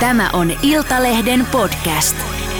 Tämä on Iltalehden podcast.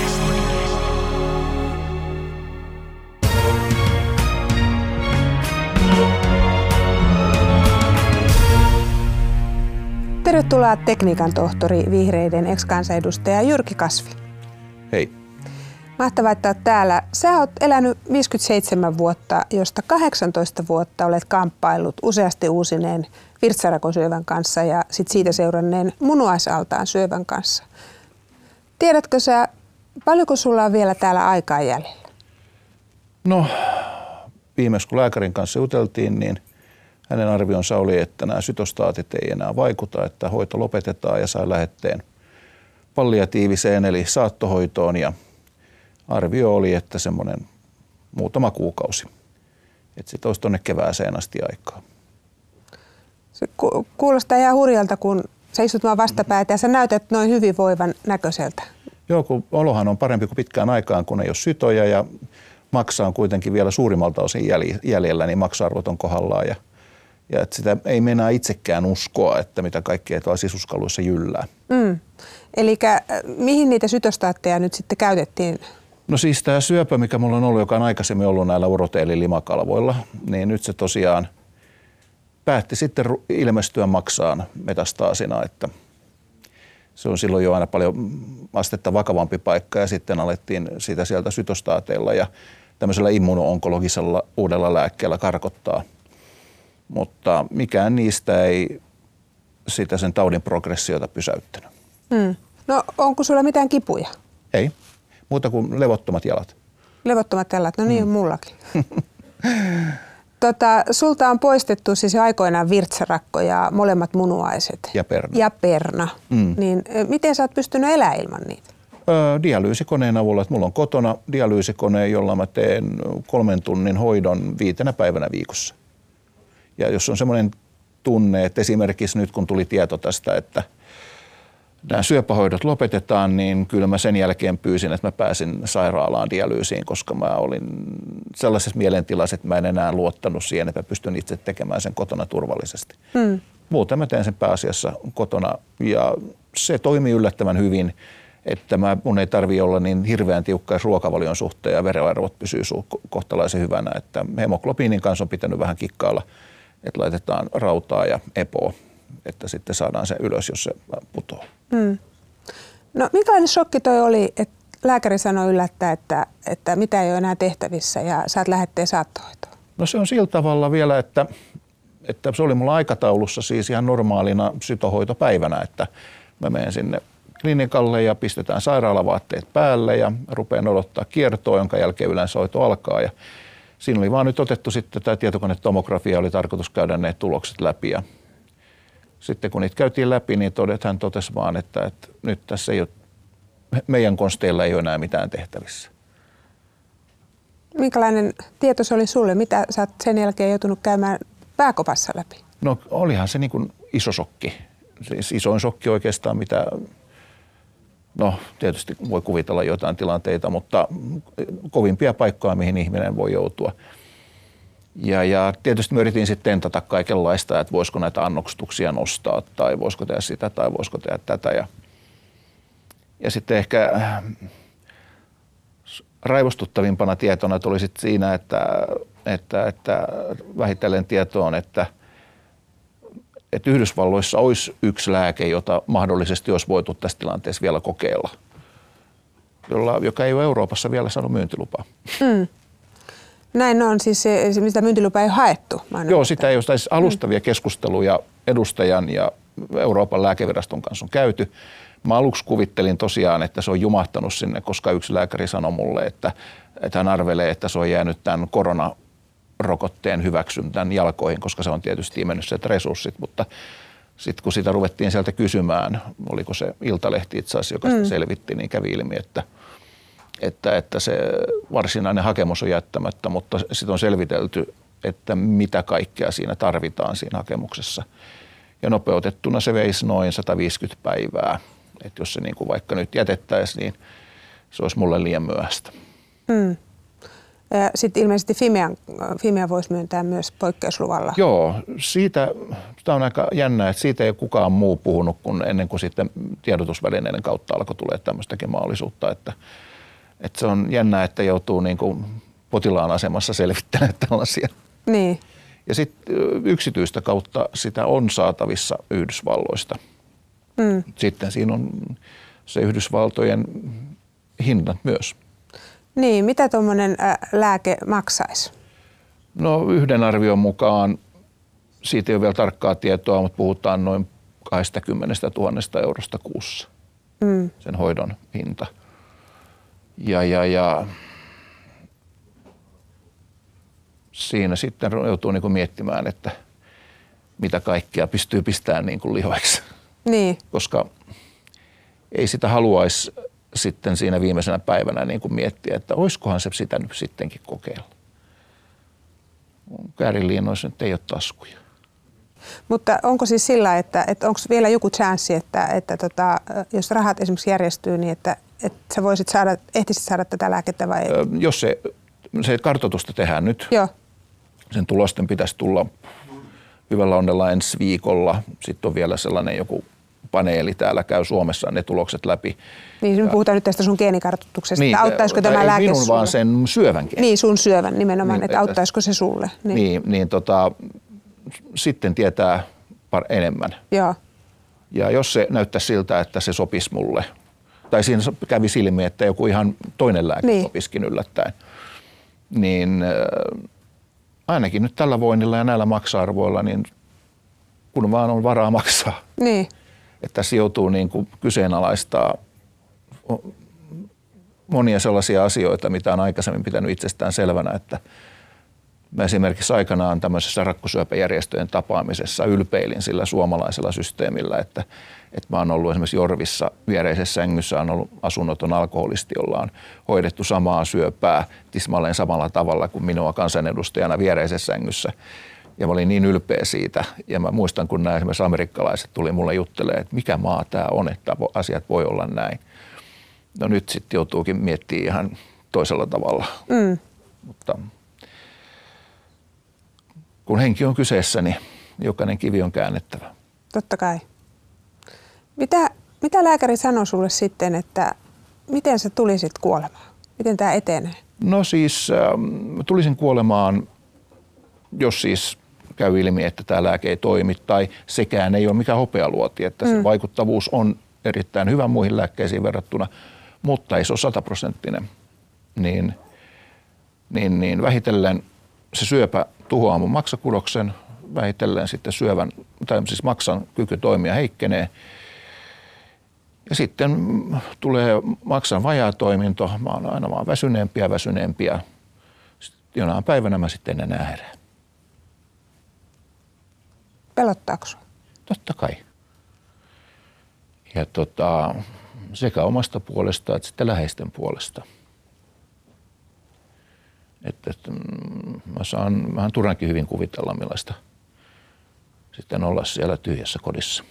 Tervetuloa tekniikan tohtori, vihreiden ex-kansanedustaja Jyrki Kasvi. Hei. Mahtavaa, että olet täällä. Sä oot elänyt 57 vuotta, josta 18 vuotta olet kamppaillut useasti uusineen virtsarakosyövän kanssa ja siitä seuranneen munuaisaltaan syövän kanssa. Tiedätkö sä, paljonko sulla on vielä täällä aikaa jäljellä? No, viimeksi kun lääkärin kanssa juteltiin, niin hänen arvionsa oli, että nämä sytostaatit ei enää vaikuta, että hoito lopetetaan ja sai lähetteen palliatiiviseen eli saattohoitoon ja arvio oli, että semmoinen muutama kuukausi. Että sitten olisi tuonne kevääseen asti aikaa. Se kuulostaa ihan hurjalta, kun sä istut vaan vastapäätä ja sä näytät noin hyvinvoivan näköiseltä. Joo, kun olohan on parempi kuin pitkään aikaan, kun ei ole sytoja ja maksa on kuitenkin vielä suurimmalta osin jäljellä, niin maksa-arvot on kohdallaan. Ja että sitä ei meinaa itsekään uskoa, että mitä kaikkea tuolla sisuskaluissa jyllää. Eli mihin niitä sytostaatteja nyt sitten käytettiin? No siis tämä syöpä, mikä mulla on ollut, joka on aikaisemmin ollut näillä uroteelilimakalvoilla, niin nyt se tosiaan päätti sitten ilmestyä maksaan metastaasina, että se on silloin jo aina paljon astetta vakavampi paikka ja sitten alettiin sitä sieltä sytostaateilla ja tämmöisellä immuno-onkologisella uudella lääkkeellä karkottaa. Mutta mikään niistä ei sitä sen taudin progressiota pysäyttänyt. No onko sulla mitään kipuja? Ei, muuta kuin levottomat jalat. Levottomat jalat, no niin on mullakin. Sulta on poistettu siis aikoinaan virtsarakko ja molemmat munuaiset. Ja perna. Niin miten sä oot pystynyt elämään ilman niitä? Dialyysikoneen avulla. Mulla on kotona dialyysikone, jolla mä teen 3 tunnin hoidon 5 päivänä viikossa. Ja jos on semmoinen tunne, että esimerkiksi nyt kun tuli tieto tästä, että nämä syöpähoidot lopetetaan, niin kyllä mä sen jälkeen pyysin, että mä pääsin sairaalaan dialyysiin, koska mä olin sellaisessa mielentilassa, että mä en enää luottanut siihen, että mä pystyn itse tekemään sen kotona turvallisesti. Muuten mä teen sen pääasiassa kotona ja se toimii yllättävän hyvin, että mun ei tarvitse olla niin hirveän tiukka ruokavalion suhteen ja verenarvot pysyy kohtalaisen hyvänä, että hemoglobiinin kanssa on pitänyt vähän kikkailla, että laitetaan rautaa ja epoa, että sitten saadaan se ylös, jos se putoaa. No minkälainen shokki toi oli, että lääkäri sanoi yllättäen, että mitä ei ole enää tehtävissä ja saat lähetteen saattohoitoon? No se on sillä tavalla vielä, että se oli mulla aikataulussa siis ihan normaalina sytohoitopäivänä, että mä menen sinne klinikalle ja pistetään sairaalavaatteet päälle ja rupean odottaa kiertoa, jonka jälkeen yleensä hoito alkaa. Ja siinä oli vaan nyt otettu sitten tämä tietokonetomografia, oli tarkoitus käydä ne tulokset läpi. Ja sitten kun niitä käytiin läpi, niin hän totesi vaan, että nyt tässä ei ole, meidän konsteilla ei ole enää mitään tehtävissä. Minkälainen tieto se oli sulle? Mitä sä oot sen jälkeen joutunut käymään pääkopassa läpi? No olihan se niin kuin iso shokki. Siis isoin shokki oikeastaan, mitä, no tietysti voi kuvitella jotain tilanteita, mutta kovimpia paikkoja, mihin ihminen voi joutua. Ja tietysti me yritin sitten tentata kaikenlaista, että voisiko näitä annokstuksia nostaa tai voisiko tehdä sitä tai voisiko tehdä tätä. Ja sitten ehkä raivostuttavimpana tietona tuli sitten siinä, että vähitellen tietoon, että Yhdysvalloissa olisi yksi lääke, jota mahdollisesti olisi voitu tässä tilanteessa vielä kokeilla, joka ei ole Euroopassa vielä saanut myyntilupaa. Näin on, siis mitä myyntilupaa ei ole haettu. Joo, sitä ei ole. Siis alustavia keskusteluja edustajan ja Euroopan lääkeviraston kanssa on käyty. Mä aluksi kuvittelin tosiaan, että se on jumahtanut sinne, koska yksi lääkäri sanoi mulle, että hän arvelee, että se on jäänyt tämän koronarokotteen hyväksyntän jalkoihin, koska se on tietysti imennyt sieltä resurssit, mutta sitten kun sitä ruvettiin sieltä kysymään, oliko se Iltalehti itse asiassa, joka sitä selvitti, niin kävi ilmi, että se varsinainen hakemus on jättämättä, mutta sitten on selvitelty, että mitä kaikkea siinä tarvitaan siinä hakemuksessa. Ja nopeutettuna se veisi noin 150 päivää. Että jos se niin kuin vaikka nyt jätettäisiin, niin se olisi mulle liian myöhäistä. Sitten ilmeisesti Fimea voisi myöntää myös poikkeusluvalla. Joo, tämä on aika jännä, että siitä ei ole kukaan muu puhunut kuin ennen kuin sitten tiedotusvälineiden kautta alkoi tulee tämmöistäkin mahdollisuutta, että se on jännä, että joutuu niin kuin potilaan asemassa selvittämään tällaisia. Niin. Ja sitten yksityistä kautta sitä on saatavissa Yhdysvalloista. Sitten siinä on se Yhdysvaltojen hinnat myös. Niin, mitä tuommoinen lääke maksaisi? No yhden arvion mukaan, siitä ei ole vielä tarkkaa tietoa, mutta puhutaan noin 20 000 eurosta kuussa sen hoidon hinta. Ja siinä sitten joutuu niin kuin miettimään, että mitä kaikkea pystyy pistämään niin kuin lihoiksi. Niin. Koska ei sitä haluaisi sitten siinä viimeisenä päivänä niin kuin miettiä, että olisikohan se sitä nyt sittenkin kokeilla. Käärinliinoissa nyt ei ole taskuja. Mutta onko siis sillä, että onko vielä joku chanssi, että jos rahat esimerkiksi järjestyy, niin että sä ehtisit saada tätä lääkettä vai ei? Jos se kartoitusta tehdään nyt, Joo. sen tulosten pitäisi tulla hyvällä onnella ensi viikolla. Sitten on vielä sellainen joku paneeli täällä, käy Suomessa ne tulokset läpi. Niin, puhutaan nyt tästä sun geenikartoituksesta, niin, että auttaisiko tämä lääke minun sulle? Vaan sen syövän geeni. Niin, sun syövän nimenomaan, niin, että auttaisiko se sulle? Niin, sitten tietää enemmän. Joo. Ja jos se näyttää siltä, että se sopisi mulle, tai siinä kävi silmi, että joku ihan toinen lääke sopisikin yllättäen, niin ainakin nyt tällä voinnilla ja näillä maksa-arvoilla, niin kun vaan on varaa maksaa. Niin. Että tässä joutuu niin kuin kyseenalaistaa monia sellaisia asioita, mitä on aikaisemmin pitänyt itsestään selvänä, että mä esimerkiksi aikanaan tämmöisessä rakkosyöpäjärjestöjen tapaamisessa ylpeilin sillä suomalaisella systeemillä, että mä oon ollut esimerkiksi Jorvissa viereisessä sängyssä, on ollut asunnoton alkoholisti, jolla on hoidettu samaa syöpää tismalleen samalla tavalla kuin minua kansanedustajana viereisessä sängyssä. Ja mä olin niin ylpeä siitä. Ja mä muistan, kun nämä esimerkiksi amerikkalaiset tuli mulle juttelemaan, että mikä maa tämä on, että asiat voi olla näin. No nyt sitten joutuukin miettimään ihan toisella tavalla. Mutta kun henki on kyseessä, niin jokainen kivi on käännettävä. Totta kai. Mitä lääkäri sanoi sulle sitten, että miten sä tulisit kuolemaan? Miten tämä etenee? No siis tulisin kuolemaan, jos siis käy ilmi, että tämä lääke ei toimi tai sekään ei ole mikään hopealuoti, että se vaikuttavuus on erittäin hyvä muihin lääkkeisiin verrattuna, mutta ei se ole 100%. Niin vähitellen se syöpä tuhoaa mun maksakudoksen, vähitellen sitten siis maksan kyky toimia heikkenee. Ja sitten tulee maksan vajaatoiminto, mä oon aina vaan väsyneempiä. Jonain päivänä mä sitten enää herään. Pelottaako sinua? Totta kai. Ja sekä omasta puolesta että sitten läheisten puolesta. Mä saan vähän turhankin hyvin kuvitella, millaista sitten olla siellä tyhjässä kodissa.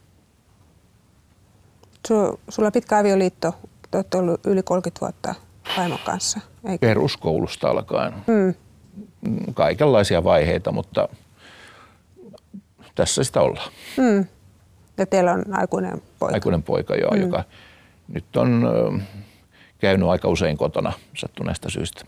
Sulla on pitkä avioliitto, te olette ollut yli 30 vuotta vaimon kanssa, eikö? Peruskoulusta alkaen. Kaikenlaisia vaiheita, mutta tässä sitä ollaan. Ja teillä on aikuinen poika. Aikuinen poika, joo, joka nyt on käynyt aika usein kotona sattuneesta syystä.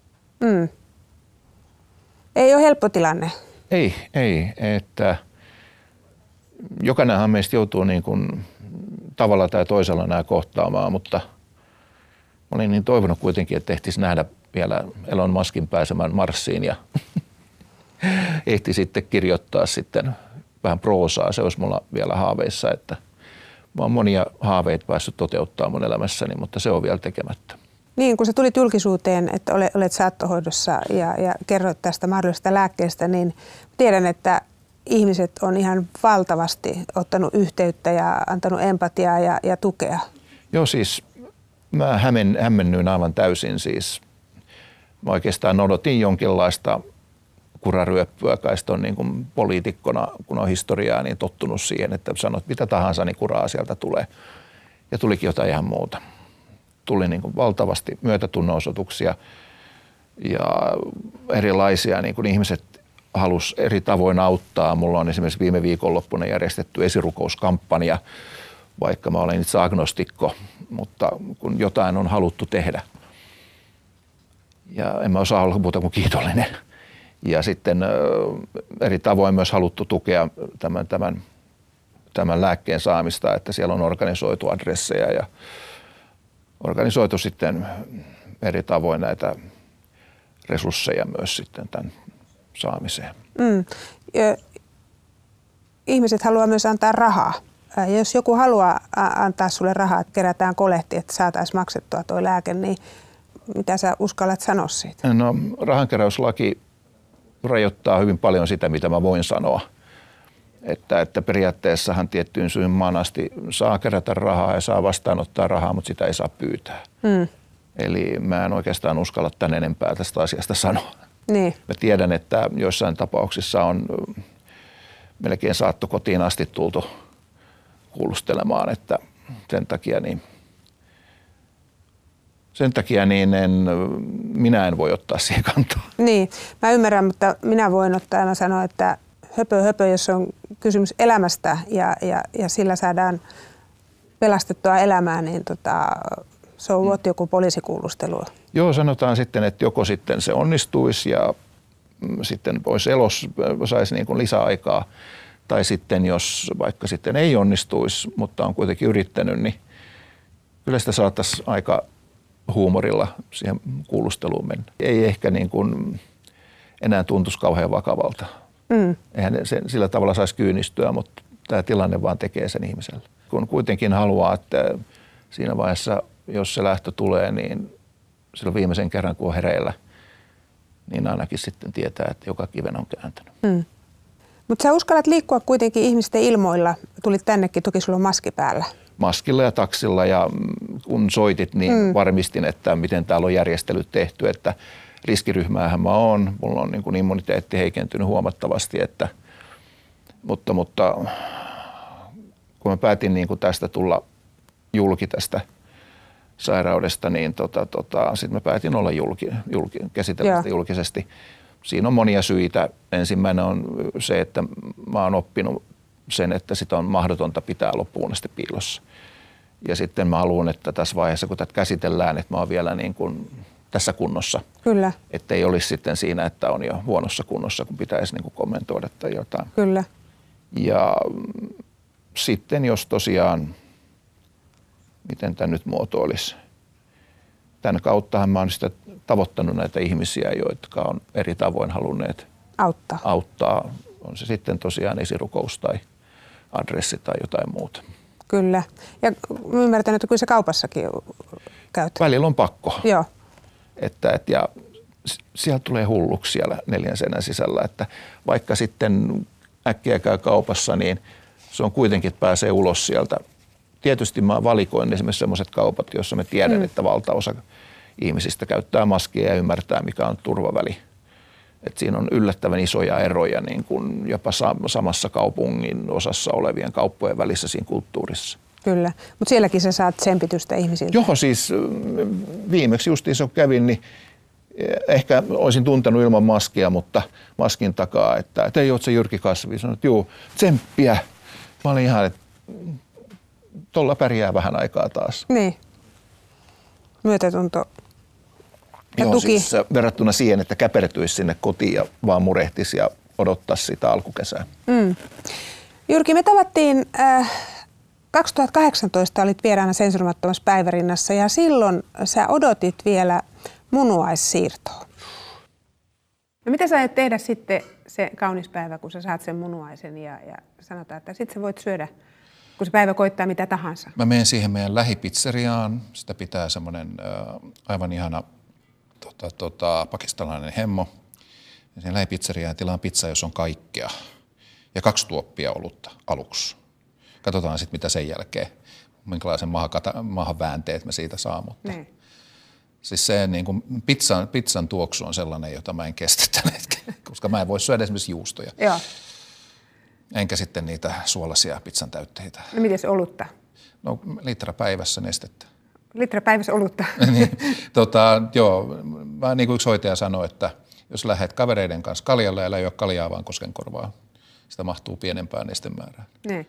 Ei ole helppo tilanne. Ei, että jokainenhan meistä joutuu niin kuin tavalla tai toisella nämä kohtaamaan, mutta mä olin niin toivonut kuitenkin, että ehtis nähdä vielä Elon Muskin pääsemään Marsiin ja ehti sitten kirjoittaa sitten vähän proosaa. Se olisi mulla vielä haaveissa, että mä oon monia haaveita päässyt toteuttaa mun elämässäni, mutta se on vielä tekemättä. Niin, kun sä tulit julkisuuteen, että olet saattohoidossa ja kerroit tästä mahdollisesta lääkkeestä, niin tiedän, että ihmiset on ihan valtavasti ottanut yhteyttä ja antanut empatiaa ja tukea. Joo, siis mä hämmennyin aivan täysin siis. Mä oikeastaan odotin jonkinlaista kuraryöppyä, kai on niin kuin poliitikkona, kun on historiaa, niin tottunut siihen, että sanot mitä tahansa, niin kuraa sieltä tulee. Ja tulikin jotain ihan muuta. Tuli niin kuin valtavasti myötätunnon-osoituksia ja erilaisia niin kuin ihmiset halus eri tavoin auttaa. Mulla on esimerkiksi viime viikonloppuna järjestetty esirukouskampanja, vaikka mä olen itse agnostikko, mutta kun jotain on haluttu tehdä. Ja en mä osaa olla muuta kuin kiitollinen. Ja sitten eri tavoin myös haluttu tukea tämän lääkkeen saamista, että siellä on organisoitu adresseja ja organisoitu sitten eri tavoin näitä resursseja myös sitten tämän saamiseen. Ihmiset haluaa myös antaa rahaa. Ja jos joku haluaa antaa sulle rahaa, että kerätään kolehti, että saataisiin maksettua tuo lääke, niin mitä sä uskallat sanoa siitä? No, rahankeräyslaki rajoittaa hyvin paljon sitä, mitä mä voin sanoa. Että periaatteessahan tiettyyn summaan asti saa kerätä rahaa ja saa vastaanottaa rahaa, mutta sitä ei saa pyytää. Eli mä en oikeastaan uskalla tän enempää tästä asiasta sanoa. Niin. Mä tiedän, että joissain tapauksissa on melkein saattokotiin asti tultu kuulustelemaan, että sen takia minä en voi ottaa siihen kantaa. Niin, mä ymmärrän, mutta minä voin ottaa ja mä sanon, että höpö, jos on kysymys elämästä ja sillä saadaan pelastettua elämää, niin se on ollut joku poliisikuulustelu. Joo, sanotaan sitten, että joko sitten se onnistuisi ja sitten saisi niin kuin lisäaikaa, tai sitten jos vaikka sitten ei onnistuisi, mutta on kuitenkin yrittänyt, niin kyllä sitä saattaisi aika huumorilla siihen kuulusteluun mennä. Ei ehkä niin kuin enää tuntuisi kauhean vakavalta. Eihän se sillä tavalla saisi kyynistyä, mutta tämä tilanne vaan tekee sen ihmiselle. Kun kuitenkin haluaa, että siinä vaiheessa, jos se lähtö tulee, niin silloin viimeisen kerran, kun on hereillä, niin ainakin sitten tietää, että joka kiven on kääntänyt. Mutta sä uskallat liikkua kuitenkin ihmisten ilmoilla. Tulit tännekin, toki sulla on maski päällä. Maskilla ja taksilla, ja kun soitit, niin varmistin, että miten täällä on järjestelyt tehty, että riskiryhmäähän mä oon. Mulla on niin kuin immuniteetti heikentynyt huomattavasti, mutta kun mä päätin niin kuin tästä tulla julki tästä sairaudesta, niin sitten mä päätin olla käsitellä sitä julkisesti. Siinä on monia syitä. Ensimmäinen on se, että mä oon oppinut sen, että sitä on mahdotonta pitää loppuun asti piilossa. Ja sitten mä haluan, että tässä vaiheessa, kun tätä käsitellään, että mä oon vielä niin kuin tässä kunnossa. Kyllä. Että ei olisi sitten siinä, että on jo huonossa kunnossa, kun pitäisi niin kuin kommentoida tai jotain. Kyllä. Ja sitten jos tosiaan, miten tämä nyt muotoilisi, tämän kauttahan mä oon sitä tavoittanut näitä ihmisiä, jotka on eri tavoin halunneet auttaa. On se sitten tosiaan esirukous tai adressi tai jotain muuta. Kyllä. Ja ymmärtänyt, että kyllä se kaupassakin käyt. Välillä on pakko. Joo. Ja siellä tulee hulluksi siellä 4 seinän sisällä, että vaikka sitten äkkiä käy kaupassa, niin se on kuitenkin, että pääsee ulos sieltä. Tietysti mä valikoin esimerkiksi sellaiset kaupat, joissa mä tiedän, että valtaosa ihmisistä käyttää maskia ja ymmärtää, mikä on turvaväli. Et siinä on yllättävän isoja eroja niin kuin jopa samassa kaupungin osassa olevien kauppojen välissä siinä kulttuurissa. Kyllä, mutta sielläkin sä saat tsempitystä ihmisiltä. Joo, siis viimeksi justiinsa kun kävin, niin ehkä olisin tuntenut ilman maskia, mutta maskin takaa, että ei ole se Jyrki Kasvi. Sanoin, että juu, tsemppiä. Mä olin ihan, että tuolla pärjää vähän aikaa taas. Niin. Myötätunto ja joo, tuki. siis verrattuna siihen, että käpertyisi sinne kotiin ja vaan murehtisi ja odottaisi sitä alkukesää. Jyrki, me tavattiin 2018 olit vieraana Sensuroimattomassa päivärinnassa ja silloin sä odotit vielä munuaissiirtoa. No mitä sä aiot tehdä sitten se kaunis päivä, kun sä saat sen munuaisen ja sanotaan, että sit sä voit syödä, kun se päivä koittaa mitä tahansa? Mä menen siihen meidän lähipizzeriaan. Sitä pitää semmoinen aivan ihana pakistanilainen hemmo. Ja siihen lähipizzeriaan tilaan pizza, jos on kaikkea. Ja 2 tuoppia olutta aluksi. Katsotaan sitten, mitä sen jälkeen, minkälaisen maahan väänteet me siitä saa. Mutta siis se niin kuin pizzan tuoksu on sellainen, jota mä en kestä tällä hetkellä, koska mä en voi syödä esimerkiksi juustoja. Joo. Enkä sitten niitä suolaisia pizzan täytteitä. No mites olutta? No litra päivässä nestettä. Litra päivässä olutta. Niin, joo, niin kuin yksi hoitaja sanoi, että jos lähdet kavereiden kanssa kaljalle, älä juo kaljaa vaan koskenkorvaa. Sitä mahtuu pienempään nestemäärään. Niin.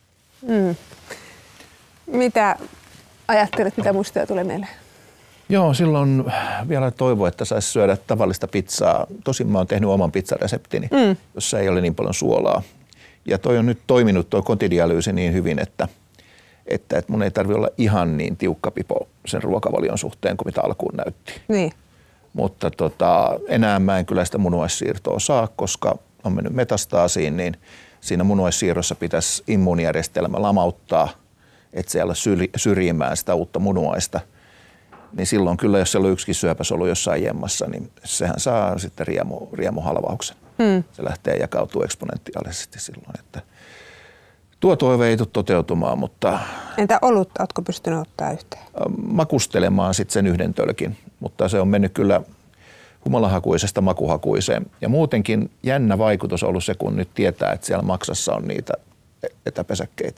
Mitä ajattelet, mitä muistoja tulee mieleen? Joo, silloin vielä toivo, että saisi syödä tavallista pizzaa. Tosin mä oon tehnyt oman pizzareseptini, jossa ei ole niin paljon suolaa. Ja toi on nyt toiminut toi kotidialyysi niin hyvin, että mun ei tarvitse olla ihan niin tiukka pipo sen ruokavalion suhteen kuin mitä alkuun näytti. Niin. Mutta enää mä en kyllä sitä munuaissiirtoa saa, koska on mennyt metastaasiin, niin siinä munuaissiirrossa pitäisi immuunijärjestelmä lamauttaa, että se ei ole syrjimään sitä uutta munuaista. Niin silloin kyllä, jos siellä on yksikin syöpäsolu jossain jemmassa, niin sehän saa sitten riemuhalvauksen. Se lähtee jakautumaan eksponentiaalisesti silloin. Että tuo toive ei tule toteutumaan, mutta... Entä olutta, ootko pystynyt ottaa yhteen? Makustelemaan sitten sen yhden tölkin, mutta se on mennyt kyllä humalahakuisesta makuhakuiseen. Ja muutenkin jännä vaikutus on ollut se, kun nyt tietää, että siellä maksassa on niitä etäpesäkkeitä.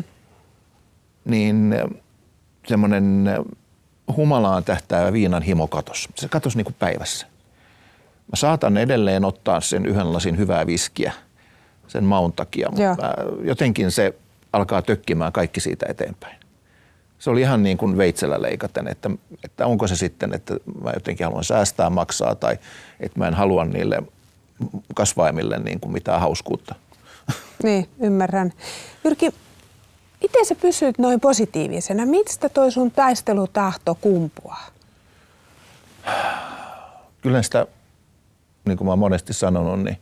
Niin semmoinen humalaan tähtäävä viinan himo katosi. Se katosi niin kuin päivässä. Mä saatan edelleen ottaa sen yhden lasin hyvää viskiä sen maun takia, mutta jotenkin se alkaa tökkimään kaikki siitä eteenpäin. Se oli ihan niin kuin veitsellä leikaten, että onko se sitten, että mä jotenkin haluan säästää maksaa tai että mä en halua niille kasvaimille niin kuin mitään hauskuutta. Niin, ymmärrän. Jyrki, miten sä pysyt noin positiivisena? Mistä toi sun taistelutahto kumpuaa? Kyllä sitä, niin kuin mä oon monesti sanonut, niin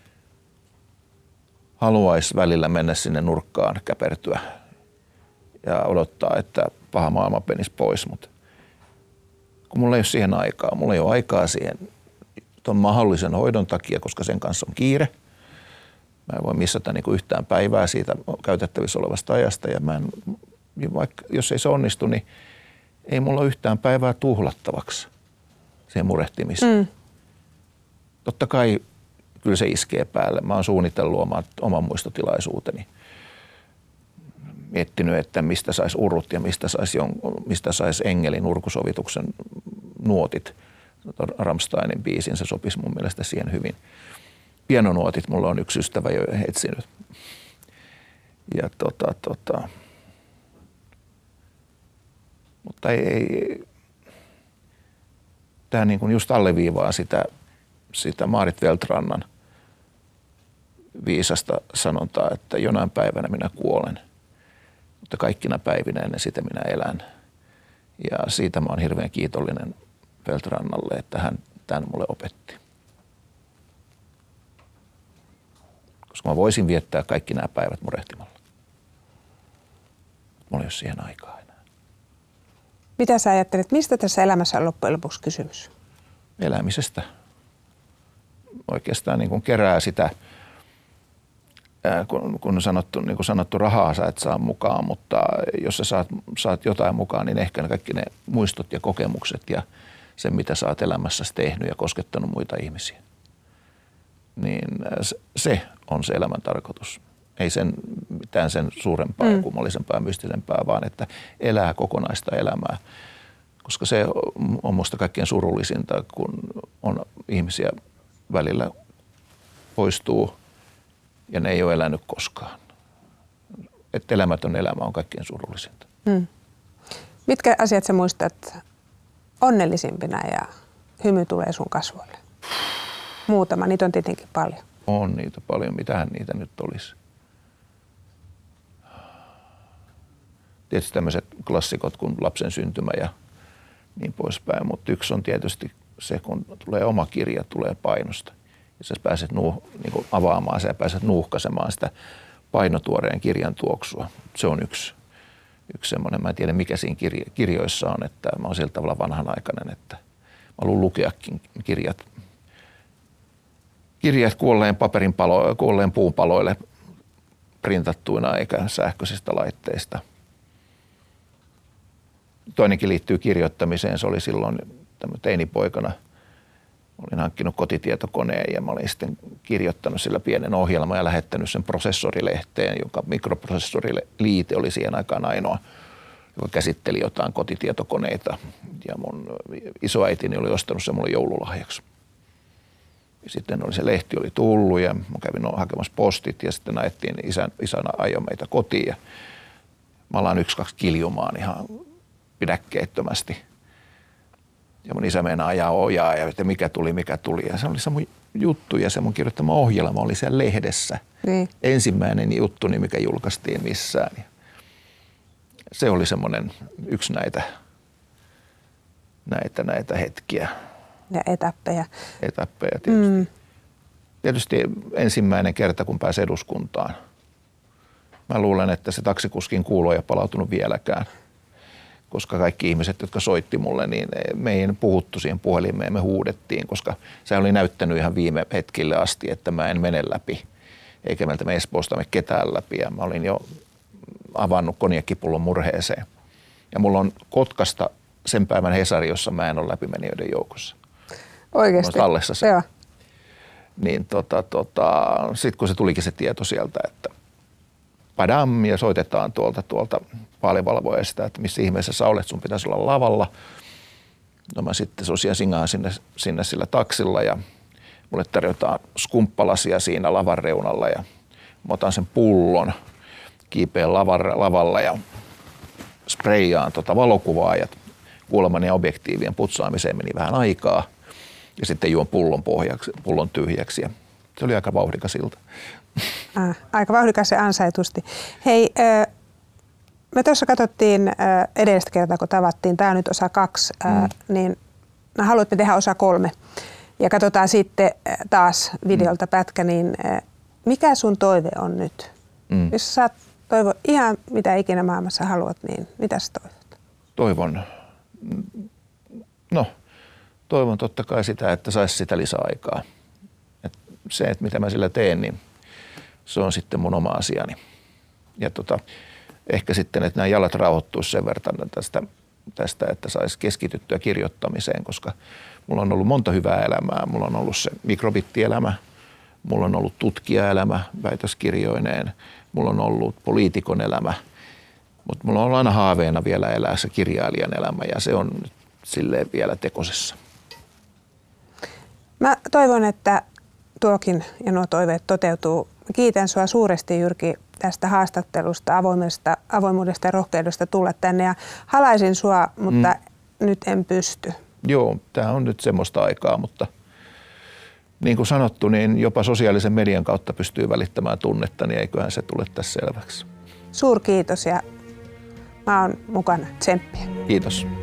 haluaisi välillä mennä sinne nurkkaan käpertyä ja odottaa, että paha maailma penisi pois, mutta kun mulla ei ole siihen aikaa. Mulla ei ole aikaa siihen ton mahdollisen hoidon takia, koska sen kanssa on kiire. Mä en voi missata niin kuin yhtään päivää siitä käytettävissä olevasta ajasta ja vaikka jos ei se onnistu, niin ei mulla ole yhtään päivää tuhlattavaksi siihen murehtimiseen. Totta kai kyllä se iskee päälle. Mä oon suunnitellut oman muistotilaisuuteni. Miettinyt, että mistä saisi urut ja mistä sais Engelin urkusovituksen nuotit. Rammsteinin biisin, se sopisi mun mielestä siihen hyvin. Pianonuotit mulla on yksi ystävä jo etsinyt. Ja mutta ei tämä niin kuin just alleviivaa sitä Maarit Veltrannan viisasta sanontaa, että jonain päivänä minä kuolen, mutta kaikkina päivinä ennen sitä minä elän. Ja siitä mä oon hirveän kiitollinen Veltrannalle, että hän tämän mulle opetti. Koska mä voisin viettää kaikki nämä päivät murehtimalla. Mulla ei ole siihen aikaa enää. Mitä sä ajattelet, mistä tässä elämässä on loppujen lopuksi kysymys? Elämisestä. Oikeastaan niin kuin kerää sitä, kun on sanottu, rahaa sä et saa mukaan, mutta jos sä saat jotain mukaan, niin ehkä kaikki ne muistot ja kokemukset ja se, mitä sä oot elämässäsi tehnyt ja koskettanut muita ihmisiä. Niin se on se elämän tarkoitus. Ei mitään sen suurempaa ja kummallisempaa ja mystisempää, vaan että elää kokonaista elämää. Koska se on musta kaikkein surullisinta, kun on ihmisiä välillä poistuu ja ne ei ole elänyt koskaan. Että elämätön elämä on kaikkein surullisinta. Mitkä asiat sä muistat onnellisimpina ja hymy tulee sun kasvoille? Muutama, niitä on tietenkin paljon. On niitä paljon, mitähän niitä nyt olisi. Tietysti tämmöiset klassikot kuin lapsen syntymä ja niin poispäin, mutta yksi on tietysti se, kun tulee oma kirja, tulee painosta. Ja sä pääset niin avaamaan sen ja pääset nuuhkaisemaan sitä painotuoreen kirjan tuoksua. Se on yksi semmoinen, mä en tiedä mikä siinä kirjoissa on, että mä oon sillä tavalla vanhanaikainen, että mä haluan lukeakin kirjat kuolleen puun paloille printattuina eikä sähköisistä laitteista. Toinenkin liittyy kirjoittamiseen. Se oli silloin teinipoikana. Olin hankkinut kotitietokoneen ja mä olin sitten kirjoittanut sillä pienen ohjelman ja lähettänyt sen prosessorilehteen, jonka mikroprosessoriliite oli siihen aikaan ainoa joka käsitteli jotain kotitietokoneita. Ja mun isoäitini oli ostanut sen mulle joululahjaksi. Ja sitten se lehti oli tullut ja mä kävin hakemassa postit ja sitten ajettiin, isän ajoi meitä kotiin. Ja mä alan 1-2 kiljumaan ihan pidäkkeettömästi. Ja mun isä meinaa ajaa ojaa ja että mikä tuli. Ja se oli se mun juttu ja se mun kirjoittama ohjelma oli siellä lehdessä. Niin. Ensimmäinen juttu, mikä julkaistiin missään. Ja se oli semmoinen yksi näitä hetkiä. Ja etappeja. Etappeja tietysti. Tietysti ensimmäinen kerta, kun pääsi eduskuntaan. Mä luulen, että se taksikuskin kuulo ei ole palautunut vieläkään. Koska kaikki ihmiset, jotka soitti mulle, niin me ei puhuttu siihen puhelimeen, me huudettiin, koska se oli näyttänyt ihan viime hetkille asti, että mä en mene läpi. Eikä meiltä Espoosta me ketään läpi. Ja mä olin jo avannut konjakkipullon murheeseen. Ja mulla on Kotkasta sen päivän Hesari, jossa mä en ole läpimenijöiden joukossa. Oikeasti? Tallessa se. Joo. Niin sitten kun se tulikin se tieto sieltä, että padam, ja soitetaan tuolta vaalivalvojasta, että missä ihmeessä sä olet, sun pitäisi olla lavalla. No mä sitten sosiaan singaan sinne sillä taksilla ja mulle tarjotaan skumppalasia siinä lavan reunalla ja mä otan sen pullon, kiipeen lavalla ja spreijaan valokuvaa ja kuulemani objektiivien putsaamiseen meni vähän aikaa ja sitten juon pullon tyhjäksi ja se oli aika vauhdikas ilta. Aika vauhdikas ja ansaitusti. Hei, me tuossa katsottiin edellistä kertaa, kun tavattiin, tämä on nyt osa 2, niin mä haluan, että me tehdään osa 3 ja katsotaan sitten taas videolta pätkä, niin mikä sun toive on nyt? Jos sä saat toivoa ihan mitä ikinä maailmassa haluat, niin mitä sä toivot? Toivon totta kai sitä, että saisi sitä lisäaikaa. Se, että mitä mä sillä teen, niin se on sitten mun oma asiani. Ja ehkä sitten, että nämä jalat rauhoittuisi sen verran tästä, että saisi keskityttyä kirjoittamiseen, koska mulla on ollut monta hyvää elämää. Mulla on ollut se mikrobittielämä, mulla on ollut tutkijaelämä väitöskirjoineen, mulla on ollut poliitikon elämä, mutta mulla on ollut aina haaveena vielä elää se kirjailijan elämä ja se on nyt silleen vielä tekosessa. Mä toivon, että tuokin ja nuo toiveet toteutuu. Kiitän sua suuresti, Jyrki, tästä haastattelusta, avoimuudesta ja rohkeudesta tulla tänne ja halaisin sua, mutta nyt en pysty. Joo, tämä on nyt semmoista aikaa, mutta niin kuin sanottu, niin jopa sosiaalisen median kautta pystyy välittämään tunnetta, niin eiköhän se tule tässä selväksi. Suurkiitos ja mä oon mukana. Tsemppiä. Kiitos.